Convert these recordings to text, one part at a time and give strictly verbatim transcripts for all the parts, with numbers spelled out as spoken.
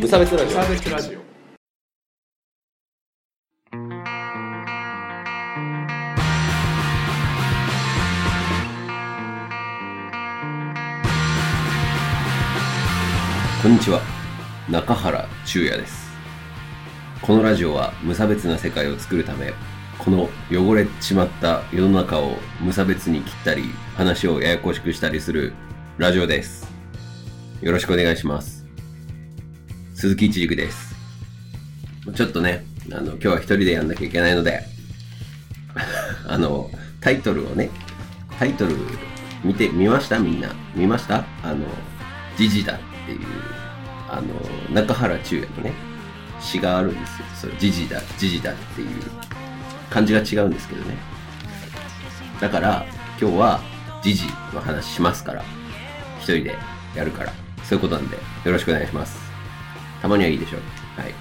無差別ラジオ。 無差別ラジオ。 こんにちは、中原中也です。このラジオは無差別な世界を作るため、この汚れちまった世の中を無差別に切ったり、話をややこしくしたりするラジオです。よろしくお願いします。鈴木一軸です。ちょっとね、あの今日は一人でやんなきゃいけないのであのタイトルをね、タイトル見て見ました？みんな見ました？あのジジだっていうあの中原中也のね詩があるんですよ。それジジだジジだっていう漢字が違うんですけどね。だから今日はジジの話しますから、一人でやるから、そういうことなんでよろしくお願いします。たまにはいいでしょう。はい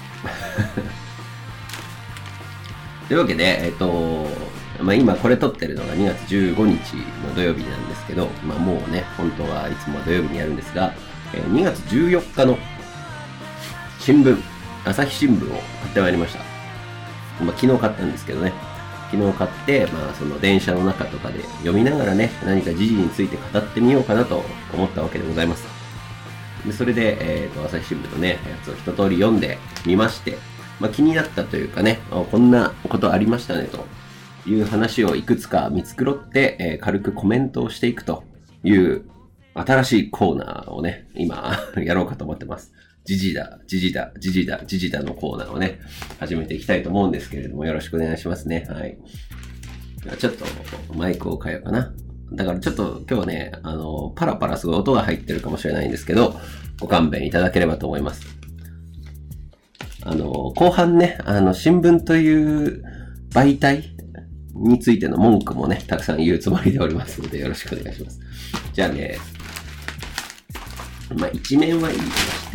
というわけで、えっとまあ、今これ撮ってるのがにがつじゅうごにちの土曜日なんですけど、まあ、もうね本当はいつも土曜日にやるんですが、えー、にがつじゅうよっかの新聞、朝日新聞を買ってまいりました。まあ、昨日買ったんですけどね、昨日買って、まあ、その電車の中とかで読みながらね、何か時事について語ってみようかなと思ったわけでございます。でそれで、えーと、朝日新聞のね、やつを一通り読んでみまして、まあ、気になったというかね、あ、こんなことありましたねという話をいくつか見繕って、えー、軽くコメントをしていくという新しいコーナーをね、今やろうかと思ってます。ジジだ、ジジだ、ジジだ、ジジだのコーナーをね、始めていきたいと思うんですけれども、よろしくお願いしますね。はい。ちょっとマイクを変えようかな。だからちょっと今日はね、あの、パラパラすごい音が入ってるかもしれないんですけど、ご勘弁いただければと思います。あの、後半ね、あの、新聞という媒体についての文句もね、たくさん言うつもりでおりますので、よろしくお願いします。じゃあね、まあ、一面はいいとして、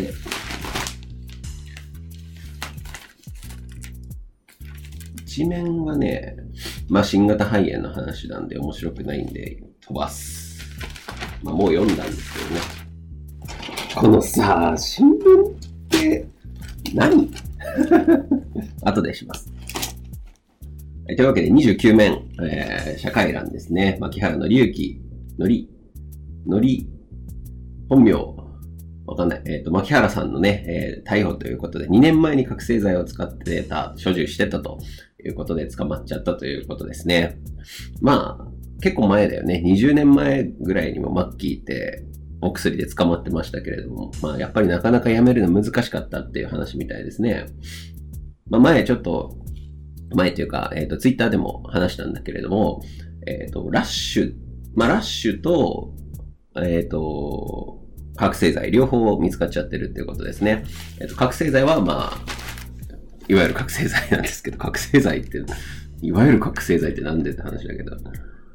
一面はね、まあ、新型肺炎の話なんで面白くないんで飛ばす。まあ、もう読んだんですけどね。このさ、新聞って何後でします。というわけでにじゅうきゅうめん、えー、社会欄ですね。牧原紀之、のり、のり、本名、わかんない。えっ、ー、と、牧原さんのね、えー、逮捕ということで、にねんまえに覚醒剤を使ってた、所持してたということで捕まっちゃったということですね。まあ、結構前だよね。にじゅうねんまえぐらいにもマッキーってお薬で捕まってましたけれども、まあ、やっぱりなかなかやめるの難しかったっていう話みたいですね。まあ、前ちょっと、前というか、えっ、ー、と、ツイッターでも話したんだけれども、えっ、ー、と、ラッシュ、まあ、ラッシュと、えっ、ー、と、覚醒剤、両方見つかっちゃってるっていうことですね。えっ、と、覚醒剤は、まあ、いわゆる覚醒剤なんですけど、覚醒剤って、いわゆる覚醒剤ってなんでって話だけど。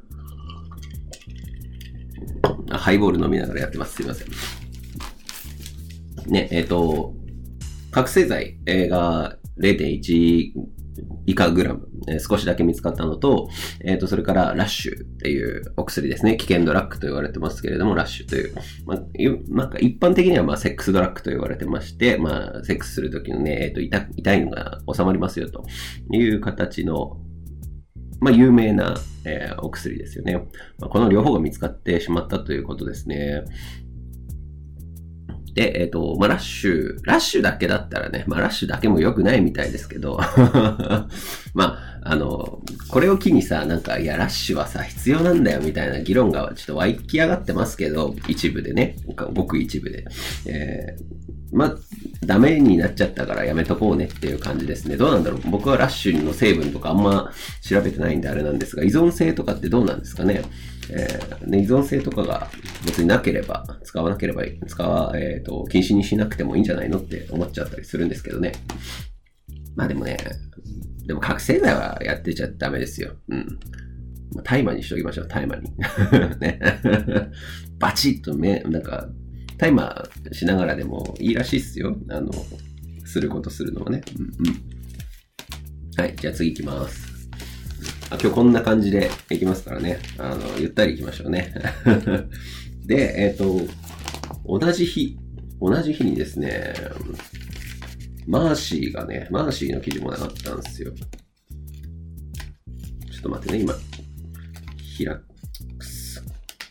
あ、ハイボール飲みながらやってます。すいません。ね、えっ、と、覚醒剤が れいてんいち以下グラム、えー、少しだけ見つかったのと、えっ、ー、と、それからラッシュっていうお薬ですね。危険ドラッグと言われてますけれども、ラッシュという、まあ、なんか一般的にはまあセックスドラッグと言われてまして、まあ、セックスするときにね、えっ、ー、と痛、痛いのが収まりますよという形の、まあ、有名な、えー、お薬ですよね。まあ、この両方が見つかってしまったということですね。で、えっと、まあ、ラッシュ、ラッシュだけだったらね、まあ、ラッシュだけも良くないみたいですけど、まあ、あの、これを機にさ、なんか、いや、ラッシュはさ、必要なんだよみたいな議論がちょっと湧き上がってますけど、一部でね、ごく一部で。えー、まあ、ダメになっちゃったからやめとこうねっていう感じですね。どうなんだろう。僕はラッシュの成分とかあんま調べてないんであれなんですが、依存性とかってどうなんですかね。えーね、依存性とかが別になければ、使わなければいい、使わ、えっと、禁止にしなくてもいいんじゃないのって思っちゃったりするんですけどね。まあでもね、でも覚醒剤はやってちゃダメですよ。うん。大麻にしときましょう、大麻に。ね。バチッと目、なんか、大麻しながらでもいいらしいっすよ。あの、することするのはね。うんうん。はい、じゃあ次行きます。あ、今日こんな感じでいきますからね。あの、ゆったりいきましょうね。で、えっと、同じ日、 同じ日にですね、マーシーがね、マーシーの記事もなかったんですよ。ちょっと待ってね、今、開くっす。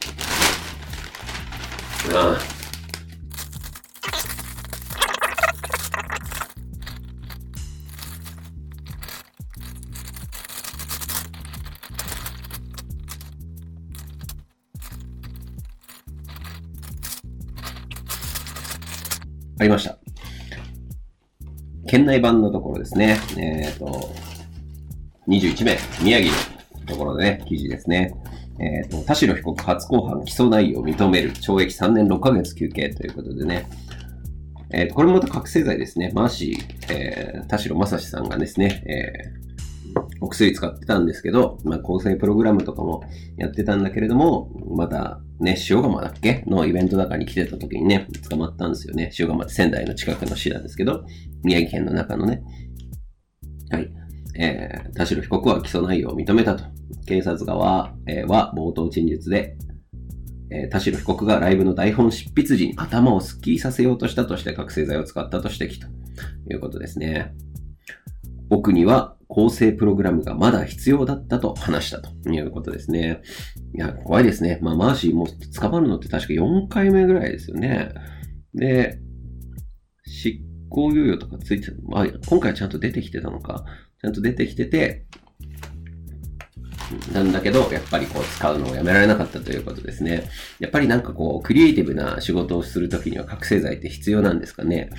ああ。ありました。県内版のところですね。えっと、にじゅういちめい、宮城のところでね、記事ですね。えっと、田代被告初公判起訴内容を認める。懲役さんねんろっかげつ求刑ということでね。えっと、これもまた覚醒剤ですね。マーシー、えー、田代正史さんがですね、えーお薬使ってたんですけど、まあ、構成プログラムとかもやってたんだけれども、またね、塩釜だっけのイベントだかに来てた時にね、捕まったんですよね。塩釜って仙台の近くの市なんですけど、宮城県の中のね。はい。えー、田代被告は起訴内容を認めたと。検察側、えー、は冒頭陳述で、えー、田代被告がライブの台本執筆時に頭をスッキリさせようとしたとして覚醒剤を使ったと指摘ということですね。僕には構成プログラムがまだ必要だったと話したということですね。いや、怖いですね。まあ、マーシーも捕まるのって確かよんかいめぐらいですよね。で、執行猶予とかついて、まあ、今回ちゃんと出てきてたのか。ちゃんと出てきてて、なんだけど、やっぱりこう使うのをやめられなかったということですね。やっぱりなんかこう、クリエイティブな仕事をするときには覚醒剤って必要なんですかね。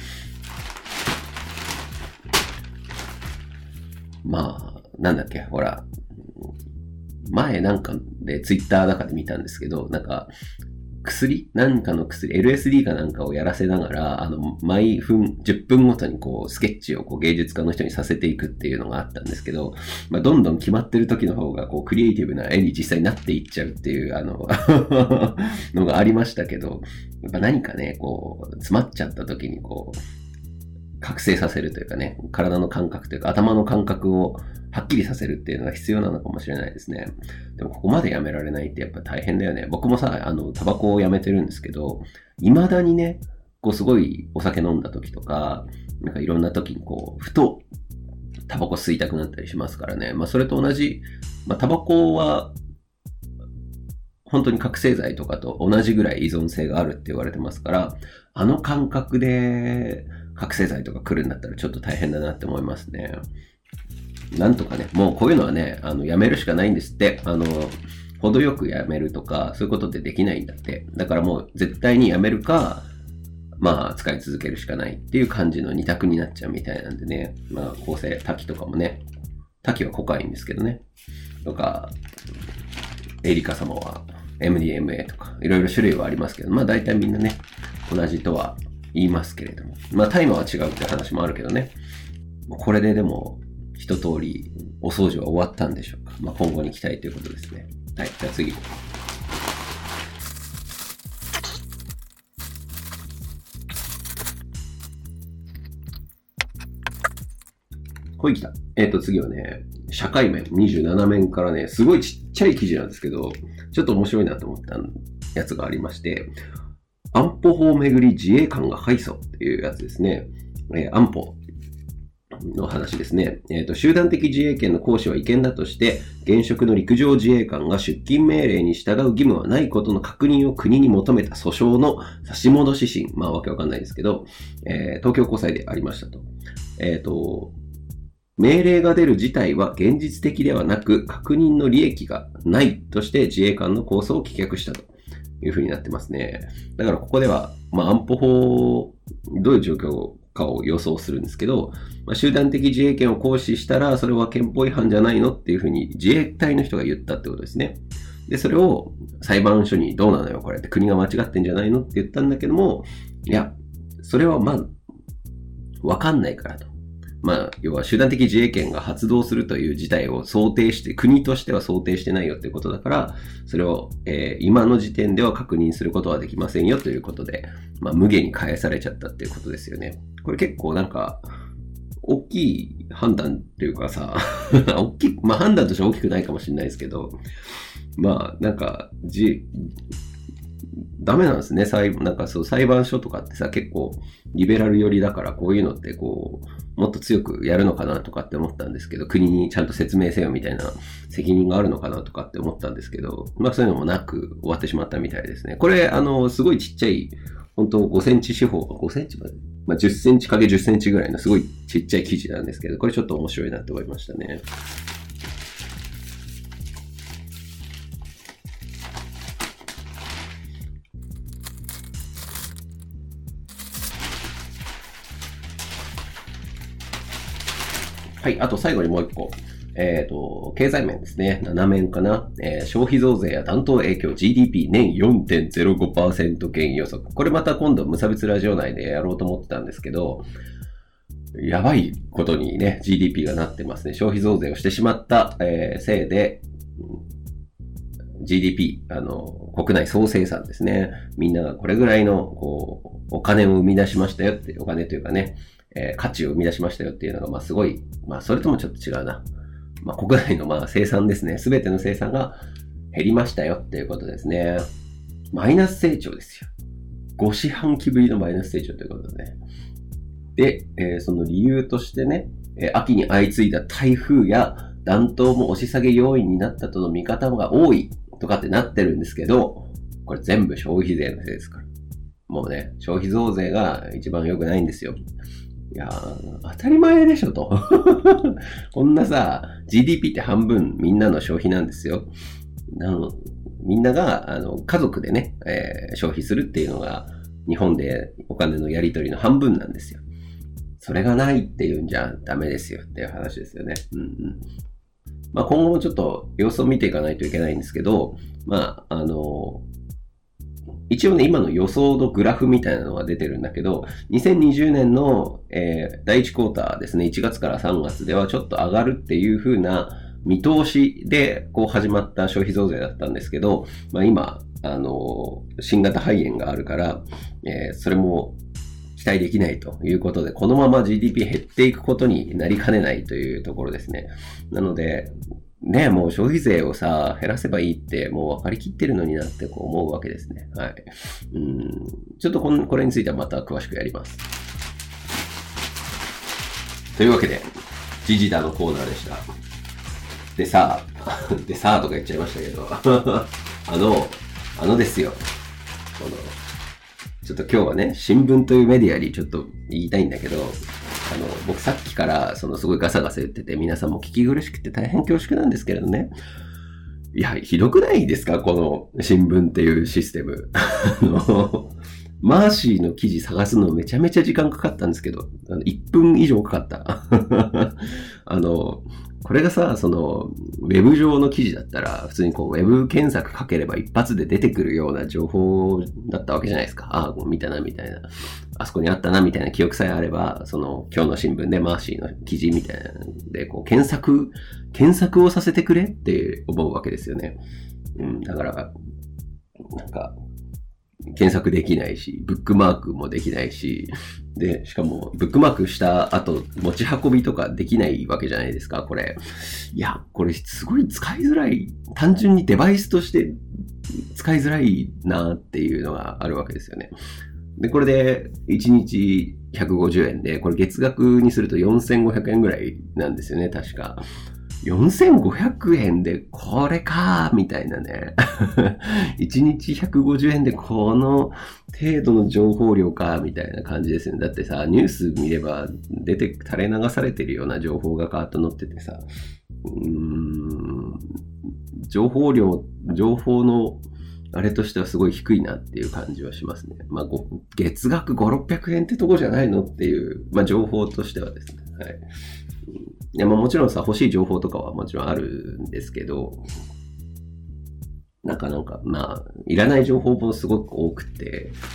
まあ、なんだっけ、ほら、前なんかでツイッターだかで見たんですけど、なんか、薬なんかの薬、エルエスディー かなんかをやらせながら、あの、毎分、じゅっぷんごとにこう、スケッチをこう芸術家の人にさせていくっていうのがあったんですけど、まあ、どんどん決まってる時の方が、こう、クリエイティブな絵に実際になっていっちゃうっていう、あの、のがありましたけど、やっぱ何かね、こう、詰まっちゃった時にこう、覚醒させるというかね、体の感覚というか頭の感覚をはっきりさせるっていうのが必要なのかもしれないですね。でもここまでやめられないってやっぱ大変だよね。僕もさ、あの、タバコをやめてるんですけど、未だにね、こうすごいお酒飲んだ時とか、なんかいろんな時にこう、ふとタバコ吸いたくなったりしますからね。まあそれと同じ、まあタバコは本当に覚醒剤とかと同じぐらい依存性があるって言われてますから、あの感覚で覚醒剤とか来るんだったらちょっと大変だなって思いますね。なんとかね、もうこういうのはね、あの、やめるしかないんですって。あの、程よくやめるとか、そういうことってできないんだって。だからもう絶対にやめるか、まあ、使い続けるしかないっていう感じの二択になっちゃうみたいなんでね。まあ、構成、タキとかもね、タキはコカインですけどね。とか、エリカ様は エムディーエムエー とか、いろいろ種類はありますけど、まあ大体みんなね、同じとは言いますけれども。まあ大麻は違うって話もあるけどね。これででも、一通りお掃除は終わったんでしょうか。まあ今後に期待ということですね。はい、じゃあ次。ほい来た。えっと次はね、社会面にじゅうななめんからね、すごいちっちゃい記事なんですけど、ちょっと面白いなと思ったやつがありまして、安保法めぐり自衛官が敗訴っていうやつですね。えー、安保の話ですね。えっと、集団的自衛権の行使は違憲だとして、現職の陸上自衛官が出勤命令に従う義務はないことの確認を国に求めた訴訟の差し戻し審。まあわけわかんないですけど、えー、東京高裁でありましたと。えっと、命令が出る自体は現実的ではなく、確認の利益がないとして自衛官の控訴を棄却したというふうになってますね。だからここでは、まあ安保法、どういう状況かを予想するんですけど、まあ、集団的自衛権を行使したら、それは憲法違反じゃないのっていうふうに自衛隊の人が言ったってことですね。で、それを裁判所にどうなのよこれって国が間違ってんじゃないのって言ったんだけども、いや、それはまあ、わかんないからと。まあ、要は集団的自衛権が発動するという事態を想定して、国としては想定してないよっていうことだから、それを、えー、今の時点では確認することはできませんよということで、まあ、無限に返されちゃったっていうことですよね。これ結構なんか、大きい判断っていうかさ、大きい、まあ判断としては大きくないかもしれないですけど、まあなんか、じ、 ダメなんですね。裁なんかそう裁判所とかってさ、結構リベラル寄りだから、こういうのってこう、もっと強くやるのかなとかって思ったんですけど、国にちゃんと説明せよみたいな責任があるのかなとかって思ったんですけど、まあそういうのもなく終わってしまったみたいですね。これ、あの、すごいちっちゃい、本当ごセンチ四方、ごセンチまで、まあじゅっセンチかけじゅっセンチぐらいのすごいちっちゃい記事なんですけど、これちょっと面白いなって思いましたね。はい、あと最後にもう一個。えっ、ー、と、経済面ですね。なな面かな、えー。消費増税や暖冬影響 ジーディーピー 年 よんてんゼロごパーセント 減予測。これまた今度無差別ラジオ内でやろうと思ってたんですけど、やばいことにね、ジーディーピー がなってますね。消費増税をしてしまった、えー、せいで、ジーディーピー、あの、国内総生産ですね。みんながこれぐらいの、こう、お金を生み出しましたよっていう、お金というかね、えー、価値を生み出しましたよっていうのが、まあすごい、まあそれともちょっと違うな。まあ国内のまあ生産ですね。すべての生産が減りましたよっていうことですね。マイナス成長ですよ。ご四半期ぶりのマイナス成長ということでね。で、えー、その理由としてね、えー、秋に相次いだ台風や暖冬も押し下げ要因になったとの見方が多いとかってなってるんですけど、これ全部消費税のせいですから。もうね、消費増税が一番良くないんですよ。いやー、当たり前でしょと。こんなさ、ジーディーピー って半分みんなの消費なんですよ。なのみんながあの家族でね、えー、消費するっていうのが日本でお金のやり取りの半分なんですよ。それがないっていうんじゃダメですよっていう話ですよね。うんうん。まあ今後もちょっと様子を見ていかないといけないんですけど、まああの一応ね、今の予想のグラフみたいなのが出てるんだけど、にせんにじゅうねんの、えー、だいいちクォーターですね、いちがつからさんがつではちょっと上がるっていう風な見通しでこう始まった消費増税だったんですけど、まあ今、あのー、新型肺炎があるから、えー、それも期待できないということで、このまま ジーディーピー 減っていくことになりかねないというところですね。なので、ね、もう消費税をさ、減らせばいいって、もう分かりきってるのになってこう思うわけですね。はい。うん。ちょっとこの、これについてはまた詳しくやります。というわけで、ジジダのコーナーでした。でさ、でさーとか言っちゃいましたけど、あの、あのですよ。この、ちょっと今日はね、新聞というメディアにちょっと言いたいんだけど、あの、僕さっきからそのすごいガサガサ言ってて、皆さんも聞き苦しくて大変恐縮なんですけれどね。いや、ひどくないですかこの新聞っていうシステム。あの、マーシーの記事探すのめちゃめちゃ時間かかったんですけど、いっぷん以上かかった。あの、これがさ、その、ウェブ上の記事だったら、普通にこう、ウェブ検索かければ一発で出てくるような情報だったわけじゃないですか。ああ、見たな、みたいな。あそこにあったな、みたいな記憶さえあれば、その、今日の新聞でマーシーの記事みたいなので、こう、検索、検索をさせてくれって思うわけですよね。うん、だから、なんか、検索できないし、ブックマークもできないし、で、しかも、ブックマークした後、持ち運びとかできないわけじゃないですか、これ。いや、これすごい使いづらい、単純にデバイスとして使いづらいなっていうのがあるわけですよね。で、これでいちにちひゃくごじゅうえんで、これ月額にするとよんせんごひゃくえんぐらいなんですよね、確か。よんせんごひゃくえんでこれかーみたいなね。いちにちひゃくごじゅうえんでこの程度の情報量かみたいな感じですよね。だってさ、ニュース見れば出て垂れ流されてるような情報がカーッと載っててさ、うーん、情報量、情報のあれとしてはすごい低いなっていう感じはしますね。まあ、月額ごひゃく、ろっぴゃくえんってとこじゃないのっていう、まあ、情報としてはですね。はい。いや、まあもちろんさ、欲しい情報とかはもちろんあるんですけど、なんかなんか、まあ、いらない情報もすごく多くて、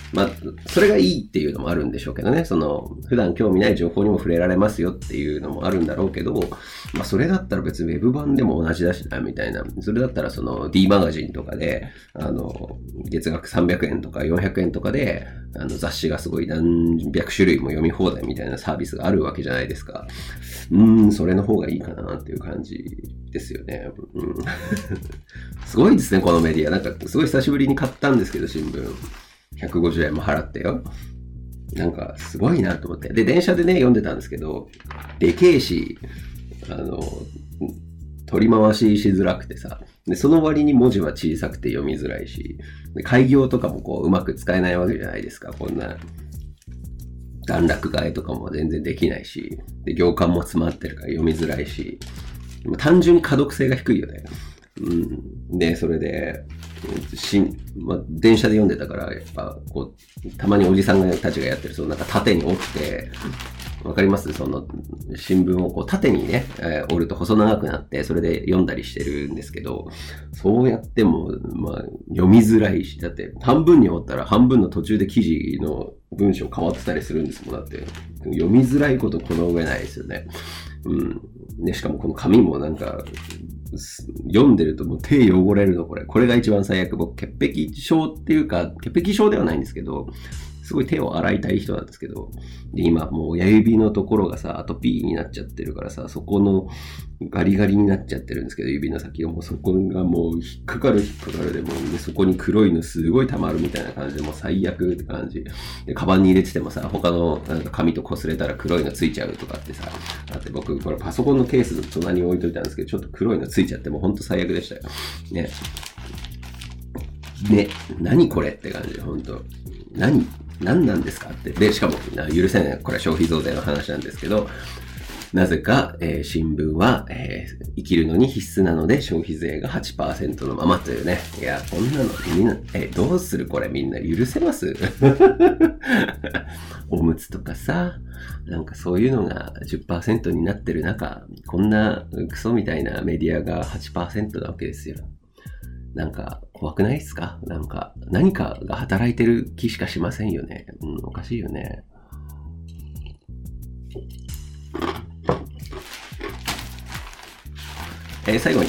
まあ、それがいいっていうのもあるんでしょうけどね。その、普段興味ない情報にも触れられますよっていうのもあるんだろうけど、まあ、それだったら別にウェブ版でも同じだしな、みたいな。それだったらその D マガジンとかで、あの、月額さんびゃくえんとかよんひゃくえんとかで、あの雑誌がすごい何百種類も読み放題みたいなサービスがあるわけじゃないですか。うーん、それの方がいいかなっていう感じですよね。うん、すごいですね、このメディア。なんか、すごい久しぶりに買ったんですけど、新聞。ひゃくごじゅうえんも払ってよ。なんか、すごいなと思って。で、電車でね、読んでたんですけど、でけえし、あの、取り回ししづらくてさ。で、その割に文字は小さくて読みづらいし、で開業とかもこう、うまく使えないわけじゃないですか、こんな。段落替えとかも全然できないし、で、行間も詰まってるから読みづらいし、単純に可読性が低いよね。うん、で、それで、しんまあ、電車で読んでたから、やっぱ、こう、たまにおじさんたちがやってる、そのなんか縦に折って、わかります？その、新聞をこう縦にね、えー、折ると細長くなって、それで読んだりしてるんですけど、そうやっても、まあ、読みづらいし、だって、半分に折ったら半分の途中で記事の文章変わってたりするんですもん。だって、読みづらいことこの上ないですよね。うん。で、しかもこの紙もなんか、読んでるともう手汚れるの、これ。これが一番最悪。僕、潔癖症っていうか、潔癖症ではないんですけど、すごい手を洗いたい人なんですけど、で、今もう親指のところがさ、アトピーになっちゃってるからさ、そこのガリガリになっちゃってるんですけど、指の先がもうそこがもう引っかかる引っかかるでもう、ね、そこに黒いのすごい溜まるみたいな感じで、もう最悪って感じ。で、カバンに入れててもさ、他のなんか紙と擦れたら黒いのついちゃうとかってさ、だって僕、これパソコンのケースの隣に置いといたんですけど、ちょっと黒いのついちゃってもうほんと最悪でしたよ。ね。ね、何これって感じ、ほんと。何何なんですかって。で、しかも、許せない。これは消費増税の話なんですけど、なぜか、えー、新聞は、えー、生きるのに必須なので消費税が はちパーセント のままというね。いや、こんなのみんな、えー、どうするこれみんな許せますおむつとかさ、なんかそういうのが じゅっパーセント になってる中、こんなクソみたいなメディアが はちパーセント なわけですよ。なんか怖くないですか？なんか何かが働いてる気しかしませんよね。うん、おかしいよね。えー、最後に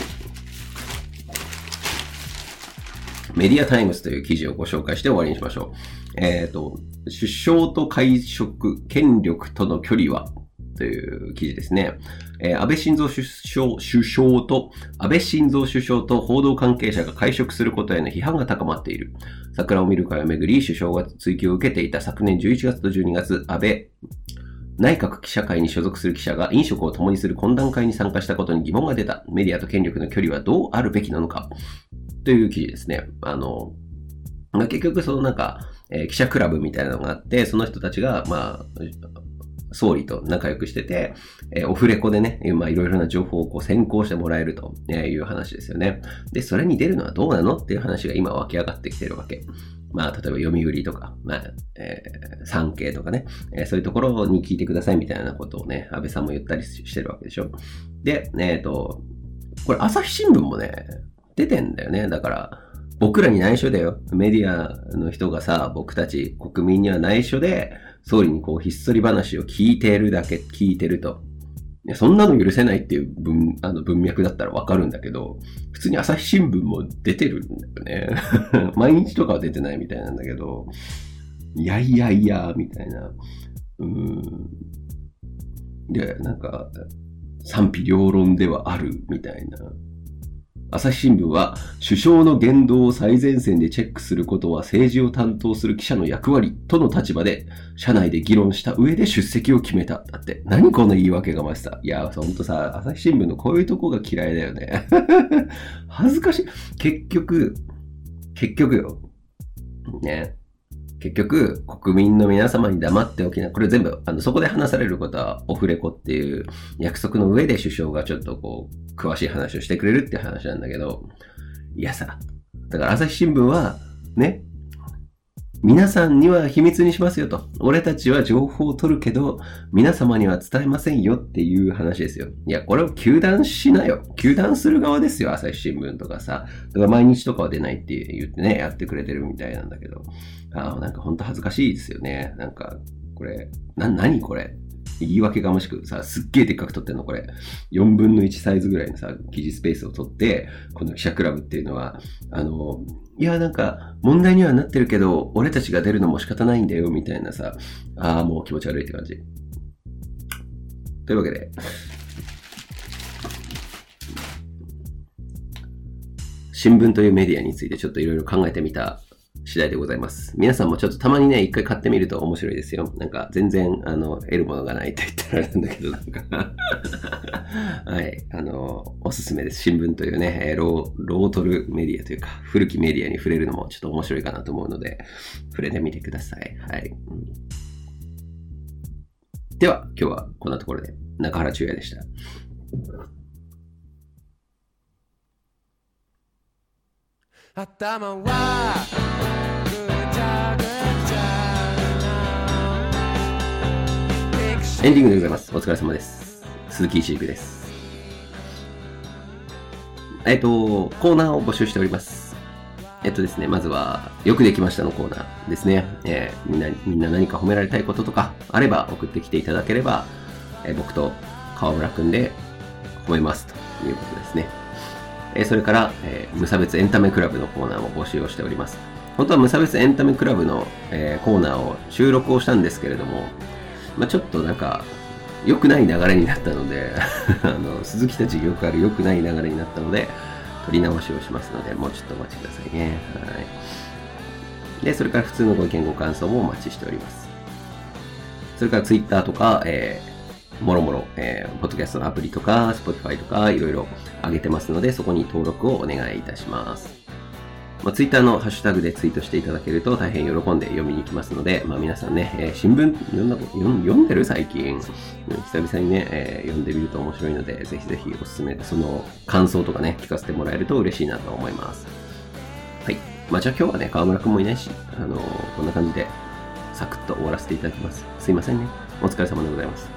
メディアタイムズという記事をご紹介して終わりにしましょう。えっと、首相と会食、権力との距離はという記事ですね。えー、安倍晋三首相、首相と、安倍晋三首相と報道関係者が会食することへの批判が高まっている。桜を見る会をめぐり、首相が追及を受けていた昨年じゅういちがつとじゅうにがつ、安倍内閣記者会に所属する記者が飲食を共にする懇談会に参加したことに疑問が出た。メディアと権力の距離はどうあるべきなのかという記事ですね。あの、結局そのなんか、えー、記者クラブみたいなのがあって、その人たちが、まあ、総理と仲良くしてて、えー、オフレコでね、まあいろいろな情報をこう先行してもらえるという話ですよね。で、それに出るのはどうなのっていう話が今湧き上がってきてるわけ。まあ、例えば読売とか、まあ、えー、産経とかね、えー、そういうところに聞いてくださいみたいなことをね、安倍さんも言ったりしてるわけでしょ。で、えっと、これ朝日新聞もね、出てんだよね。だから、僕らに内緒だよ。メディアの人がさ、僕たち国民には内緒で、総理にこうひっそり話を聞いてるだけ、聞いてると。いやそんなの許せないっていう文、あの文脈だったらわかるんだけど、普通に朝日新聞も出てるんだよね。毎日とかは出てないみたいなんだけど、いやいやいや、みたいな。うーん。で、なんか、賛否両論ではあるみたいな。朝日新聞は首相の言動を最前線でチェックすることは政治を担当する記者の役割との立場で社内で議論した上で出席を決めた。だって何この言い訳がましさ。いやほんとさ、朝日新聞のこういうとこが嫌いだよね。恥ずかしい。結局結局よね。結局、国民の皆様に黙っておきな、これ全部、あの、そこで話されることは、オフレコっていう約束の上で首相がちょっとこう、詳しい話をしてくれるっていう話なんだけど、いやさ、だから朝日新聞は、ね、 皆さんには秘密にしますよと。俺たちは情報を取るけど、皆様には伝えませんよっていう話ですよ。いや、これを糾弾しなよ。糾弾する側ですよ。朝日新聞とかさ。だから毎日とかは出ないって言ってね、やってくれてるみたいなんだけど。ああ、なんかほんと恥ずかしいですよね。なんか、これ、な、なにこれ言い訳がましくさ、すっげえでっかく撮ってんのこれ。よんぶんのいちサイズぐらいのさ、記事スペースを取って、この記者クラブっていうのは、あの、いや、なんか、問題にはなってるけど、俺たちが出るのも仕方ないんだよ、みたいなさ、ああ、もう気持ち悪いって感じ。というわけで、新聞というメディアについてちょっといろいろ考えてみた次第でございます。皆さんもちょっとたまにね、一回買ってみると面白いですよ。なんか全然、あの、得るものがないと言ったらあれなんだけど、なんかはい、あの、おすすめです。新聞というね、ロー、ロートルメディアというか、古きメディアに触れるのもちょっと面白いかなと思うので、触れてみてください。はい。うん、では、今日はこんなところで、中原中也でした。頭はぐちゃぐちゃエンディングでございます。お疲れ様です。鈴木一陸です。えっと、コーナーを募集しております。えっとですね、まずは、よくできましたのコーナーですね。えー、みんな、みんな何か褒められたいこととかあれば送ってきていただければ、えー、僕と川村くんで褒めますということですね。それから、えー、無差別エンタメクラブのコーナーも募集をしております。本当は無差別エンタメクラブの、えー、コーナーを収録をしたんですけれども、まあ、ちょっとなんか良くない流れになったのであの鈴木たちよくある良くない流れになったので取り直しをしますので、もうちょっとお待ちくださいね。はい。で、それから普通のご意見ご感想もお待ちしております。それから Twitter とか、えーもろもろ、えー、ポッドキャストのアプリとか、Spotify とか、いろいろ上げてますので、そこに登録をお願いいたします。まあ、Twitter のハッシュタグでツイートしていただけると大変喜んで読みに行きますので、まあ、皆さんね、えー、新聞読んだ読ん読んでる最近。久々にね、えー、読んでみると面白いので、ぜひぜひおすすめ、その感想とかね、聞かせてもらえると嬉しいなと思います。はい。まあ、じゃあ今日はね、川村くんもいないし、あのー、こんな感じでサクッと終わらせていただきます。すいませんね。お疲れ様でございます。